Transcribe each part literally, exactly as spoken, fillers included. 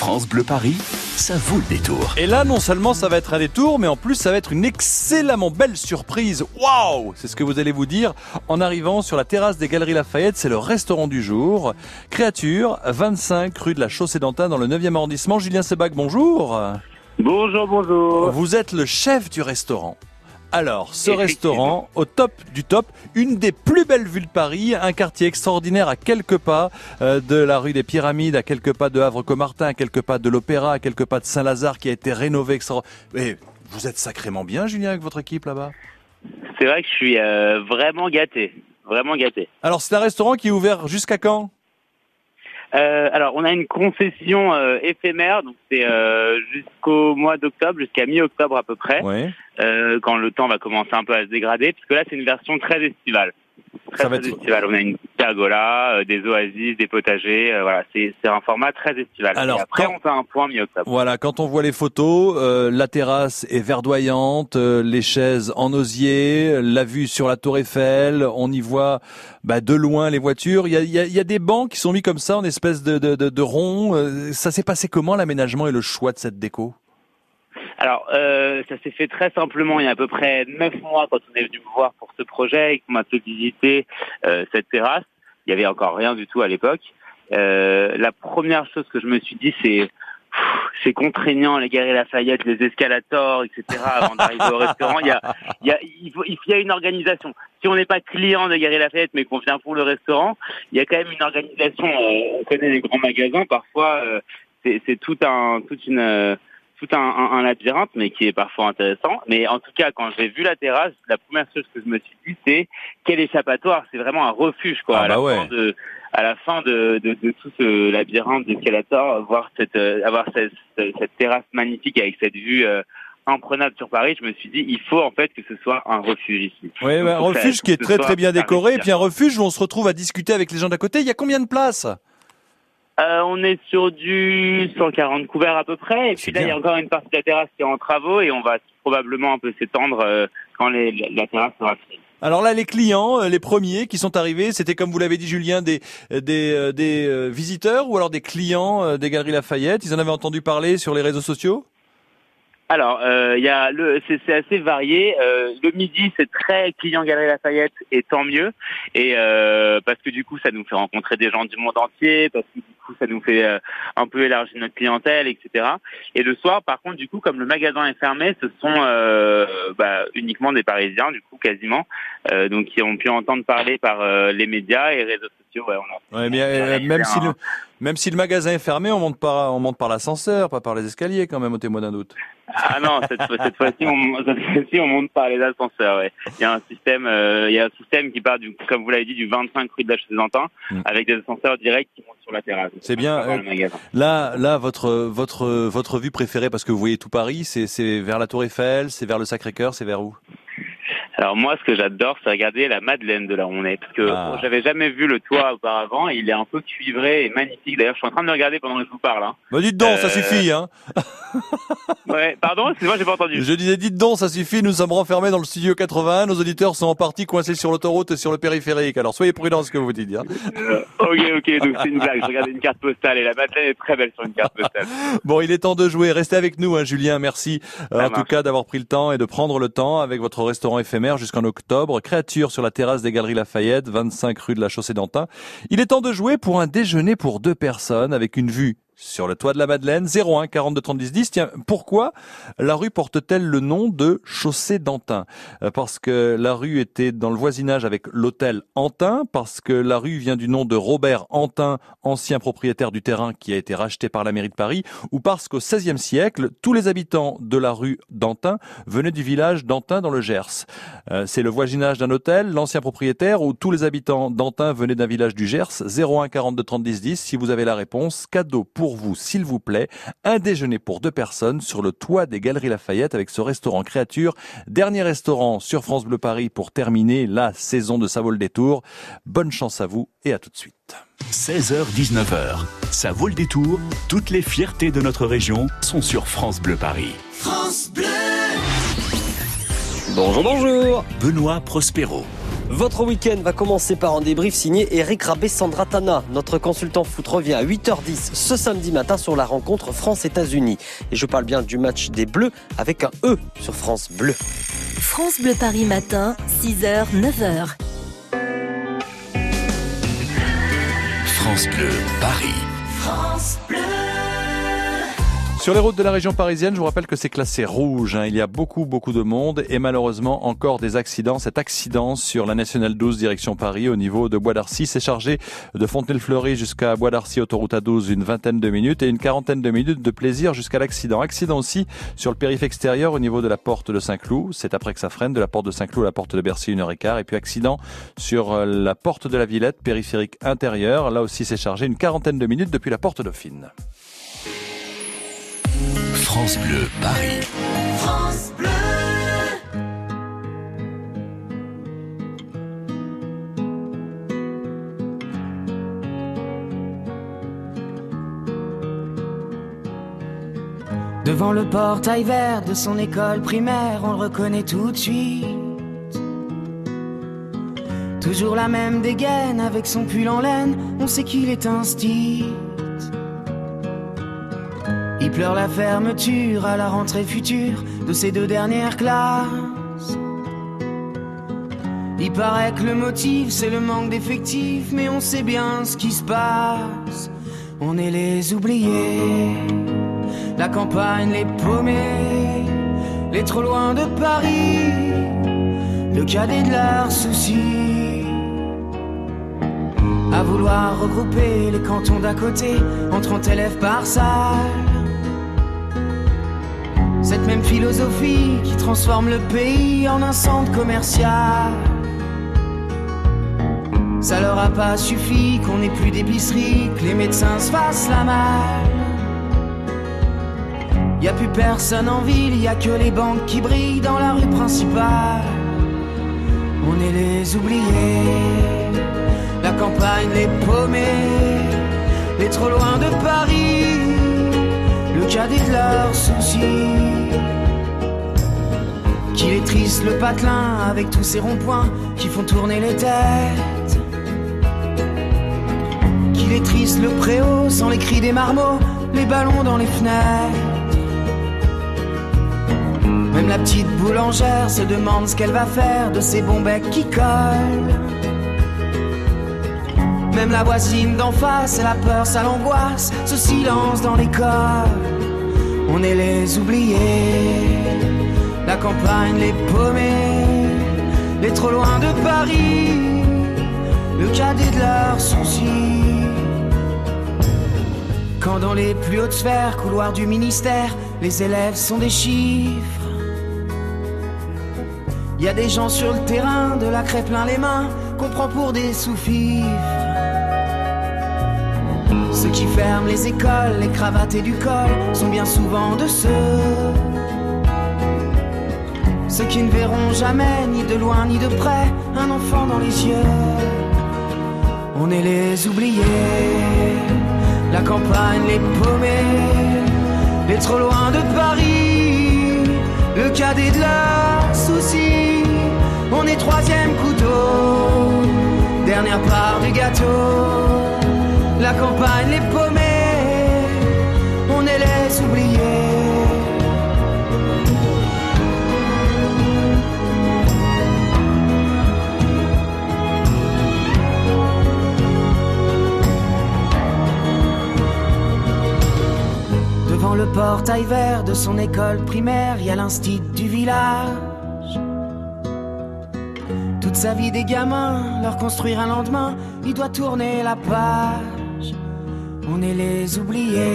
France Bleu Paris, ça vaut le détour. Et là, non seulement ça va être un détour, mais en plus ça va être une excellemment belle surprise. Waouh! C'est ce que vous allez vous dire en arrivant sur la terrasse des Galeries Lafayette. C'est le restaurant du jour. Créature, vingt-cinq rue de la Chaussée-d'Antin dans le neuvième arrondissement. Julien Sebag, bonjour. Bonjour, bonjour. Vous êtes le chef du restaurant. Alors, ce restaurant, au top du top, une des plus belles vues de Paris, un quartier extraordinaire à quelques pas euh, de la rue des Pyramides, à quelques pas de Havre-Comartin, à quelques pas de l'Opéra, à quelques pas de Saint-Lazare qui a été rénové extra. Mais vous êtes sacrément bien, Julien, avec votre équipe là-bas. C'est vrai que je suis euh, vraiment gâté, vraiment gâté. Alors, c'est un restaurant qui est ouvert jusqu'à quand ? Euh, alors, on a une concession euh, éphémère, donc c'est euh, jusqu'au mois d'octobre, jusqu'à mi-octobre à peu près, Ouais. euh, quand le temps va commencer un peu à se dégrader, puisque là, c'est une version très estivale. Très, Ça va très être- estivale. On a une pergola, euh, des oasis, des potagers, euh, voilà, c'est, c'est un format très estival. Alors, Et après, quand- on fait un point mi-octobre. Voilà, quand on voit les photos, euh, la terrasse est verdoyante, euh, les chaises en osier, la vue sur la Tour Eiffel, on y voit bah, de loin les voitures. Il y a, il y, a, il y a des bancs qui sont mis comme ça en espèce de, de, de, de rond. Euh, ça s'est passé comment l'aménagement et le choix de cette déco ? Alors, euh, ça s'est fait très simplement il y a à peu près neuf mois quand on est venu me voir pour ce projet et qu'on m'a fait visiter euh, cette terrasse. Il y avait encore rien du tout à l'époque. Euh, la première chose que je me suis dit, c'est pff, c'est contraignant, les Galeries Lafayette, les escalators, et cetera. Avant d'arriver au restaurant, il y a, il y a, il faut, il y a une organisation. Si on n'est pas client de Galeries Lafayette, mais qu'on vient pour le restaurant, il y a quand même une organisation. Euh, on connaît les grands magasins, parfois euh, c'est, c'est tout un, toute une euh, tout un, un, un labyrinthe, mais qui est parfois intéressant. Mais en tout cas, quand j'ai vu la terrasse, la première chose que je me suis dit, c'est quel échappatoire. C'est vraiment un refuge, quoi. Ah à, bah la ouais. fin de, à la fin de, de, de tout ce labyrinthe d'escalator, voir cette, euh, avoir cette, cette, cette terrasse magnifique avec cette vue euh, imprenable sur Paris, je me suis dit, il faut en fait que ce soit un refuge ici. Oui, Donc, un faut que ça- refuge faut qui est que ce très soit très bien un décoré, et refuge. puis un refuge où on se retrouve à discuter avec les gens d'à côté. Il y a combien de places ? Euh, on est sur du cent quarante couverts à peu près, et C'est puis là bien. il y a encore une partie de la terrasse qui est en travaux, et on va probablement un peu s'étendre euh, quand les, la, la terrasse sera finie. Alors là, les clients, euh, les premiers qui sont arrivés, c'était comme vous l'avez dit, Julien, des des, euh, des euh, visiteurs ou alors des clients euh, des Galeries Lafayette. Ils en avaient entendu parler sur les réseaux sociaux ? Alors, euh, il y a le, c'est, c'est assez varié. Euh, le midi, c'est très client Galeries Lafayette, et tant mieux. Et euh, parce que du coup, ça nous fait rencontrer des gens du monde entier, parce que du coup, ça nous fait euh, un peu élargir notre clientèle, et cetera. Et le soir, par contre, du coup, comme le magasin est fermé, ce sont euh, bah, uniquement des Parisiens, du coup, quasiment, euh, donc qui ont pu entendre parler par euh, les médias et les réseaux sociaux. Ouais, on a, Ouais, mais on a euh, réalisé même si un- le même si le magasin est fermé, on monte par on monte par l'ascenseur, pas par les escaliers quand même, au témoin d'un doute. Ah non, cette, fois- cette fois-ci, on, cette fois-ci, on monte par les ascenseurs. Ouais. Il y a un système, euh, il y a un système qui part du, comme vous l'avez dit, du vingt-cinq rue de la Chaussée-d'Antin, Mm. avec des ascenseurs directs qui montent sur la terrasse. C'est bien. Avant euh, le magasin. Là, là, votre votre votre vue préférée, parce que vous voyez tout Paris, c'est c'est vers la Tour Eiffel, c'est vers le Sacré-Cœur, c'est vers où ? Alors moi, ce que j'adore, c'est regarder la Madeleine de là où on est, parce que Ah. bon, j'avais jamais vu le toit auparavant. Et il est un peu cuivré et magnifique. D'ailleurs, je suis en train de le regarder pendant que je vous parle. Hein. Bah dites donc, ça Euh, suffit, hein. Ouais, pardon, excusez-moi, j'ai pas entendu. Je disais dites donc, ça suffit. Nous sommes renfermés dans le studio quatre-vingt-un. Nos auditeurs sont en partie coincés sur l'autoroute et sur le périphérique. Alors soyez prudents, ce que vous dites. Hein. Euh, ok, ok, donc c'est une blague. Je regardais une carte postale et la Madeleine est très belle sur une carte postale. Bon, il est temps de jouer. Restez avec nous, hein, Julien. Merci euh, Ça en tout marche. cas d'avoir pris le temps et de prendre le temps avec votre restaurant éphémère jusqu'en octobre. Créature sur la terrasse des Galeries Lafayette, vingt-cinq rue de la Chaussée-d'Antin. Il est temps de jouer pour un déjeuner pour deux personnes avec une vue sur le toit de la Madeleine. zéro un quarante-deux trente-dix dix. Tiens, pourquoi la rue porte-t-elle le nom de Chaussée-d'Antin ? Euh, Parce que la rue était dans le voisinage avec l'hôtel Antin, parce que la rue vient du nom de Robert Antin, ancien propriétaire du terrain qui a été racheté par la mairie de Paris, ou parce qu'au seizième siècle, tous les habitants de la rue d'Antin venaient du village d'Antin dans le Gers. Euh, c'est le voisinage d'un hôtel, l'ancien propriétaire, où tous les habitants d'Antin venaient d'un village du Gers. zéro un quarante-deux trente-dix dix. Si vous avez la réponse, cadeau pour vous, s'il vous plaît, un déjeuner pour deux personnes sur le toit des Galeries Lafayette avec ce restaurant Créature. Dernier restaurant sur France Bleu Paris pour terminer la saison de Ça vaut le détour. Bonne chance à vous et à tout de suite. seize heures dix-neuf heures, ça vaut le détour. Toutes les fiertés de notre région sont sur France Bleu Paris. Bonjour, bonjour. Benoît Prospero. Votre week-end va commencer par un débrief signé Eric Rabé-Sandratana. Notre consultant foot revient à huit heures dix ce samedi matin sur la rencontre France-États-Unis. Et je parle bien du match des Bleus avec un E sur France Bleu. France Bleu Paris matin, six heures, neuf heures. France Bleu Paris. France Bleu. Sur les routes de la région parisienne, je vous rappelle que c'est classé rouge. Hein. Il y a beaucoup, beaucoup de monde et malheureusement encore des accidents. Cet accident sur la nationale douze direction Paris au niveau de Bois d'Arcy s'est chargé de Fontenay-le-Fleury jusqu'à Bois d'Arcy, autoroute A douze, une vingtaine de minutes et une quarantaine de minutes de plaisir jusqu'à l'accident. Accident aussi sur le périph' extérieur au niveau de la porte de Saint-Cloud. C'est après que ça freine de la porte de Saint-Cloud à la porte de Bercy, une heure et quart. Et puis accident sur la porte de la Villette, périphérique intérieur. Là aussi c'est chargé une quarantaine de minutes depuis la porte Dauphine. France Bleu Paris. France Bleu. Devant le portail vert de son école primaire, on le reconnaît tout de suite. Toujours la même dégaine avec son pull en laine, on sait qu'il est un style. Il pleure la fermeture à la rentrée future de ses deux dernières classes. Il paraît que le motif c'est le manque d'effectifs, mais on sait bien ce qui se passe. On est les oubliés, la campagne, les paumés, les trop loin de Paris, le cadet de leurs soucis. À vouloir regrouper les cantons d'à côté en trente élèves par salle. Cette même philosophie qui transforme le pays en un centre commercial. Ça leur a pas suffi qu'on n'ait plus d'épicerie, que les médecins se fassent la malle. Y a plus personne en ville, y a que les banques qui brillent dans la rue principale. On est les oubliés, la campagne, les paumés, les trop loin de Paris, le cadet de leurs soucis. Qu'il est triste le patelin avec tous ces ronds-points qui font tourner les têtes. Qu'il est triste le préau sans les cris des marmots, les ballons dans les fenêtres. Même la petite boulangère se demande ce qu'elle va faire de ces bons becs qui collent. Même la voisine d'en face, c'est la peur, ça l'angoisse, ce silence dans l'école. On est les oubliés, la campagne, les paumés, les trop loin de Paris, le cadet de leurs soucis. Quand dans les plus hautes sphères, couloirs du ministère, les élèves sont des chiffres. Y a des gens sur le terrain, de la craie plein les mains, qu'on prend pour des sous-fifres. Ceux qui ferment les écoles, les cravates et du col, sont bien souvent de ceux. Ceux qui ne verront jamais, ni de loin ni de près, un enfant dans les yeux. On est les oubliés, la campagne, les paumés, les trop loin de Paris, le cadet de leurs soucis. On est troisième couteau, dernière part du gâteau. La campagne, les paumés, on est les oubliés. Devant le portail vert de son école primaire, il y a l'instit du village. Toute sa vie des gamins, leur construire un lendemain, il doit tourner la page. On est les oubliés.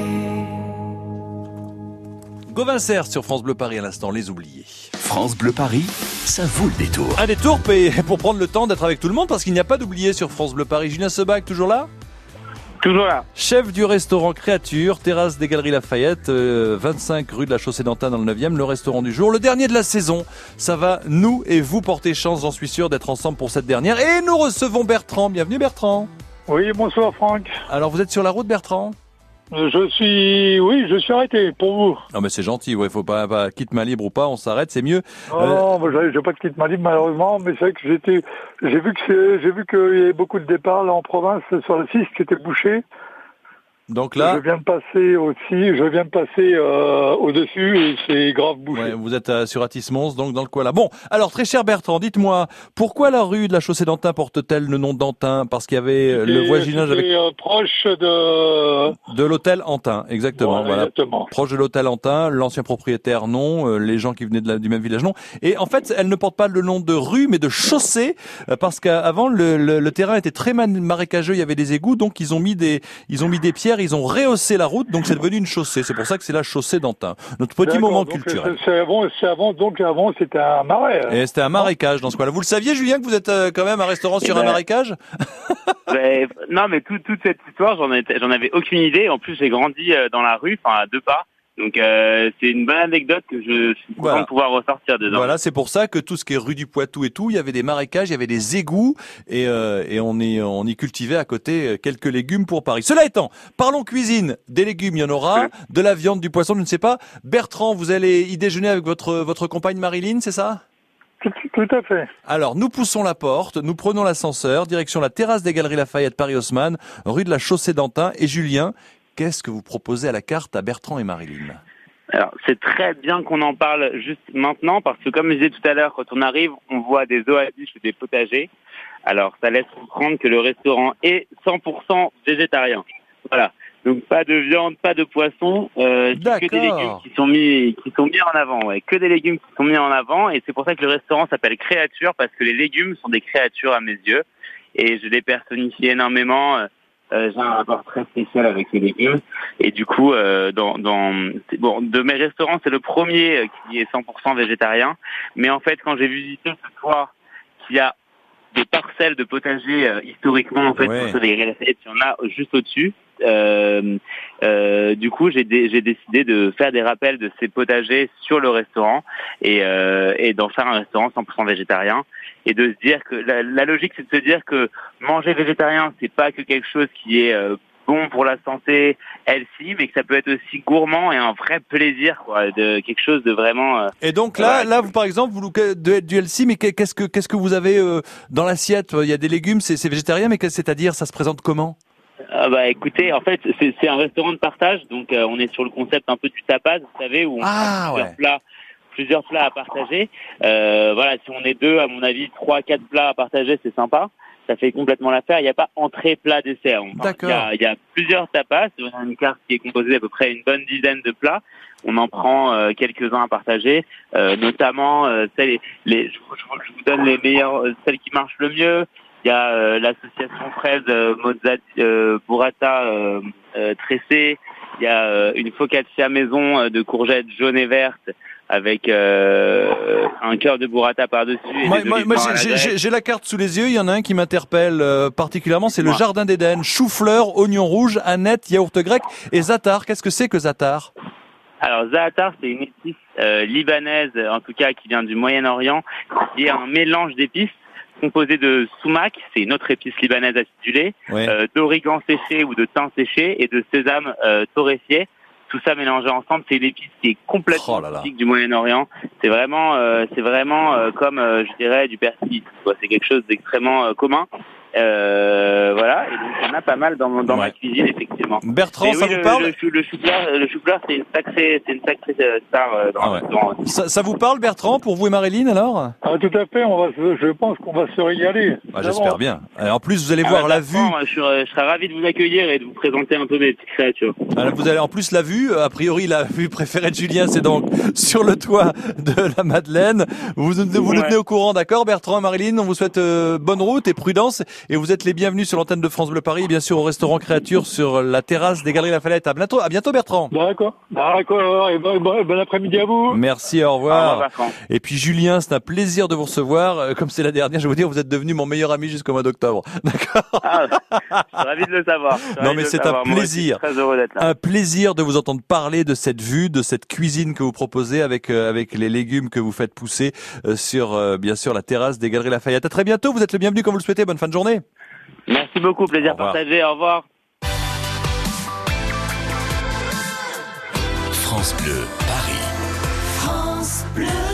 Gauvin Serre sur France Bleu Paris à l'instant, les oubliés. France Bleu Paris, ça vaut le détour. Un détour pour prendre le temps d'être avec tout le monde parce qu'il n'y a pas d'oubliés sur France Bleu Paris. Julien Sebag, toujours là ? Toujours là. Chef du restaurant Créature, terrasse des Galeries Lafayette, euh, vingt-cinq rue de la Chaussée-d'Antin dans le neuvième, le restaurant du jour, le dernier de la saison. Ça va nous et vous porter chance, j'en suis sûr, d'être ensemble pour cette dernière. Et nous recevons Bertrand. Bienvenue Bertrand. Oui, bonsoir Franck. Alors vous êtes sur la route Bertrand ? Je suis, oui, je suis arrêté pour vous. Non mais c'est gentil, ouais, faut pas, pas quitte main libre ou pas, on s'arrête, c'est mieux. Non, euh... j'ai, j'ai pas de kit main libre malheureusement, mais c'est vrai que j'étais, j'ai vu que c'est, j'ai vu qu'il y avait beaucoup de départs là en province sur la six qui était bouché. Donc là, je viens de passer aussi, je viens de passer euh, au-dessus et c'est grave bouché. Ouais, vous êtes à, sur Atis-Mons, donc dans le coin là. Bon, alors très cher Bertrand, dites-moi, pourquoi la rue de la Chaussée d'Antin porte-t-elle le nom d'Antin? Parce qu'il y avait c'était, le voisinage avec euh, proche de de l'hôtel Antin, exactement. Ouais, voilà, exactement. Proche de l'hôtel Antin, l'ancien propriétaire non, euh, les gens qui venaient de la, du même village non. Et en fait, elle ne porte pas le nom de rue, mais de chaussée, euh, parce qu'avant le, le, le terrain était très marécageux, il y avait des égouts, donc ils ont mis des ils ont mis des pierres, ils ont rehaussé la route, donc c'est devenu une chaussée. C'est pour ça que c'est la Chaussée d'Antin. Notre petit D'accord, moment culturel. C'est, c'est avant, c'est avant, donc avant c'était un marais. Hein. Et c'était un marécage dans ce coin-là. Vous le saviez, Julien, que vous êtes euh, quand même un restaurant sur ben, un marécage? ben, Non, mais tout, toute cette histoire, j'en, étais, j'en avais aucune idée. En plus, j'ai grandi euh, dans la rue, enfin à deux pas. Donc euh, c'est une bonne anecdote que je suis content voilà. de pouvoir ressortir dedans. Voilà, c'est pour ça que tout ce qui est rue du Poitou et tout, il y avait des marécages, il y avait des égouts et, euh, et on y on y cultivait à côté quelques légumes pour Paris. Cela étant, parlons cuisine. Des légumes, il y en aura, oui. De la viande, du poisson, je ne sais pas. Bertrand, vous allez y déjeuner avec votre votre compagne Marilyn, c'est ça? Tout, tout à fait. Alors, nous poussons la porte, nous prenons l'ascenseur, direction la terrasse des Galeries Lafayette, Paris Haussmann, rue de la Chaussée d'Antin. Et Julien, qu'est-ce que vous proposez à la carte à Bertrand et Marilyn? Alors, c'est très bien qu'on en parle juste maintenant, parce que comme je disais tout à l'heure, quand on arrive, on voit des oasis et des potagers. Alors, ça laisse comprendre que le restaurant est cent pour cent végétarien. Voilà. Donc, pas de viande, pas de poisson, euh, que des légumes qui sont mis, qui sont mis en avant, ouais. Que des légumes qui sont mis en avant, et c'est pour ça que le restaurant s'appelle Créature, parce que les légumes sont des créatures à mes yeux, et je les personnifie énormément. Euh, Euh, j'ai un rapport très spécial avec les légumes et du coup euh, dans, dans bon de mes restaurants c'est le premier qui est cent pour cent végétarien, mais en fait quand j'ai visité ce soir qu'il y a des parcelles de potager euh, historiquement en fait ouais. Sur les Galeries Lafayette, il y en a juste au-dessus. Euh, euh, du coup, j'ai, dé, j'ai décidé de faire des rappels de ces potagers sur le restaurant et, euh, et d'en faire un restaurant cent pour cent végétarien. Et de se dire que la, la logique, c'est de se dire que manger végétarien, c'est pas que quelque chose qui est euh, bon pour la santé, healthy, mais que ça peut être aussi gourmand et un vrai plaisir, quoi, de quelque chose de vraiment. Euh, et donc là, voilà. là, vous par exemple, vous de du healthy, mais qu'est-ce que qu'est-ce que vous avez euh, dans l'assiette? Il y a des légumes, c'est, c'est végétarien, mais c'est-à-dire, ça se présente comment? Ah bah écoutez, en fait c'est, c'est un restaurant de partage, donc euh, on est sur le concept un peu du tapas, vous savez, où on ah, a plusieurs ouais. plats, plusieurs plats à partager. Euh, voilà, si on est deux, à mon avis, trois, quatre plats à partager, c'est sympa. Ça fait complètement l'affaire. Il n'y a pas entrée, plat, dessert. Enfin, D'accord. Il y a, il y a plusieurs tapas. On a une carte qui est composée d'à peu près une bonne dizaine de plats. On en prend euh, quelques-uns à partager, euh, notamment euh, celles, les, je, je, je vous donne les meilleures, celles qui marchent le mieux. Il y a euh, l'association fraise euh, mozza euh, burrata euh, euh, tressée. Il y a euh, une focaccia maison euh, de courgettes jaunes et vertes avec euh, un cœur de burrata par-dessus. Et moi, moi, moi j'ai, j'ai, j'ai la carte sous les yeux. Il y en a un qui m'interpelle euh, particulièrement. C'est moi. Le Jardin d'Éden. Chou-fleur, oignon rouge, aneth, yaourt grec et za'atar. Qu'est-ce que c'est que za'atar? Alors za'atar, c'est une épice euh, libanaise, en tout cas qui vient du Moyen-Orient, qui est un mélange d'épices composé de sumac, c'est une autre épice libanaise acidulée, ouais. euh, d'origan séché ou de thym séché et de sésame euh, torréfié. Tout ça mélangé ensemble, c'est une épice qui est complètement oh typique du Moyen-Orient. C'est vraiment, euh, c'est vraiment euh, comme, euh, je dirais, du persil. Quoi. C'est quelque chose d'extrêmement euh, commun. Euh, voilà, et donc il y en a pas mal dans, dans ouais. ma cuisine, effectivement. Bertrand, et ça oui, vous le, parle? Le, le, le chou-fleur, le chou-fleur, c'est une sacrée, c'est une sacrée star euh, dans, ah ouais. dans ça, ça vous parle, Bertrand, pour vous et Marilyn, alors? Ah, tout à fait, on va, je pense qu'on va se régaler. Ah, j'espère bien. Alors, en plus, vous allez ah, voir la vue. Je, je serais ravi de vous accueillir et de vous présenter un peu mes petites créatures. Alors, vous allez en plus la vue, a priori, la vue préférée de Julien, c'est donc sur le toit de la Madeleine. Vous, vous ouais. nous tenez au courant, d'accord, Bertrand et Marilyn? On vous souhaite euh, bonne route et prudence, et vous êtes les bienvenus sur l'antenne de France Bleu Paris, et bien sûr au restaurant Créature sur la terrasse des Galeries Lafayette. À bientôt, à bientôt Bertrand. D'accord, d'accord, et bon, bon, bon après-midi à vous. Merci, au revoir. Au revoir et puis Julien, c'est un plaisir de vous recevoir. Comme c'est la dernière, je vais vous dire, vous êtes devenu mon meilleur ami jusqu'au mois d'octobre. D'accord. Ah, je suis ravi de le savoir. Non mais c'est un plaisir, très heureux d'être là. Un plaisir de vous entendre parler de cette vue, de cette cuisine que vous proposez avec euh, avec les légumes que vous faites pousser euh, sur euh, bien sûr la terrasse des Galeries Lafayette. À très bientôt, vous êtes le bienvenu comme vous le souhaitez. Bonne fin de journée. Merci beaucoup, plaisir partagé, au revoir. France Bleu, Paris. France Bleu.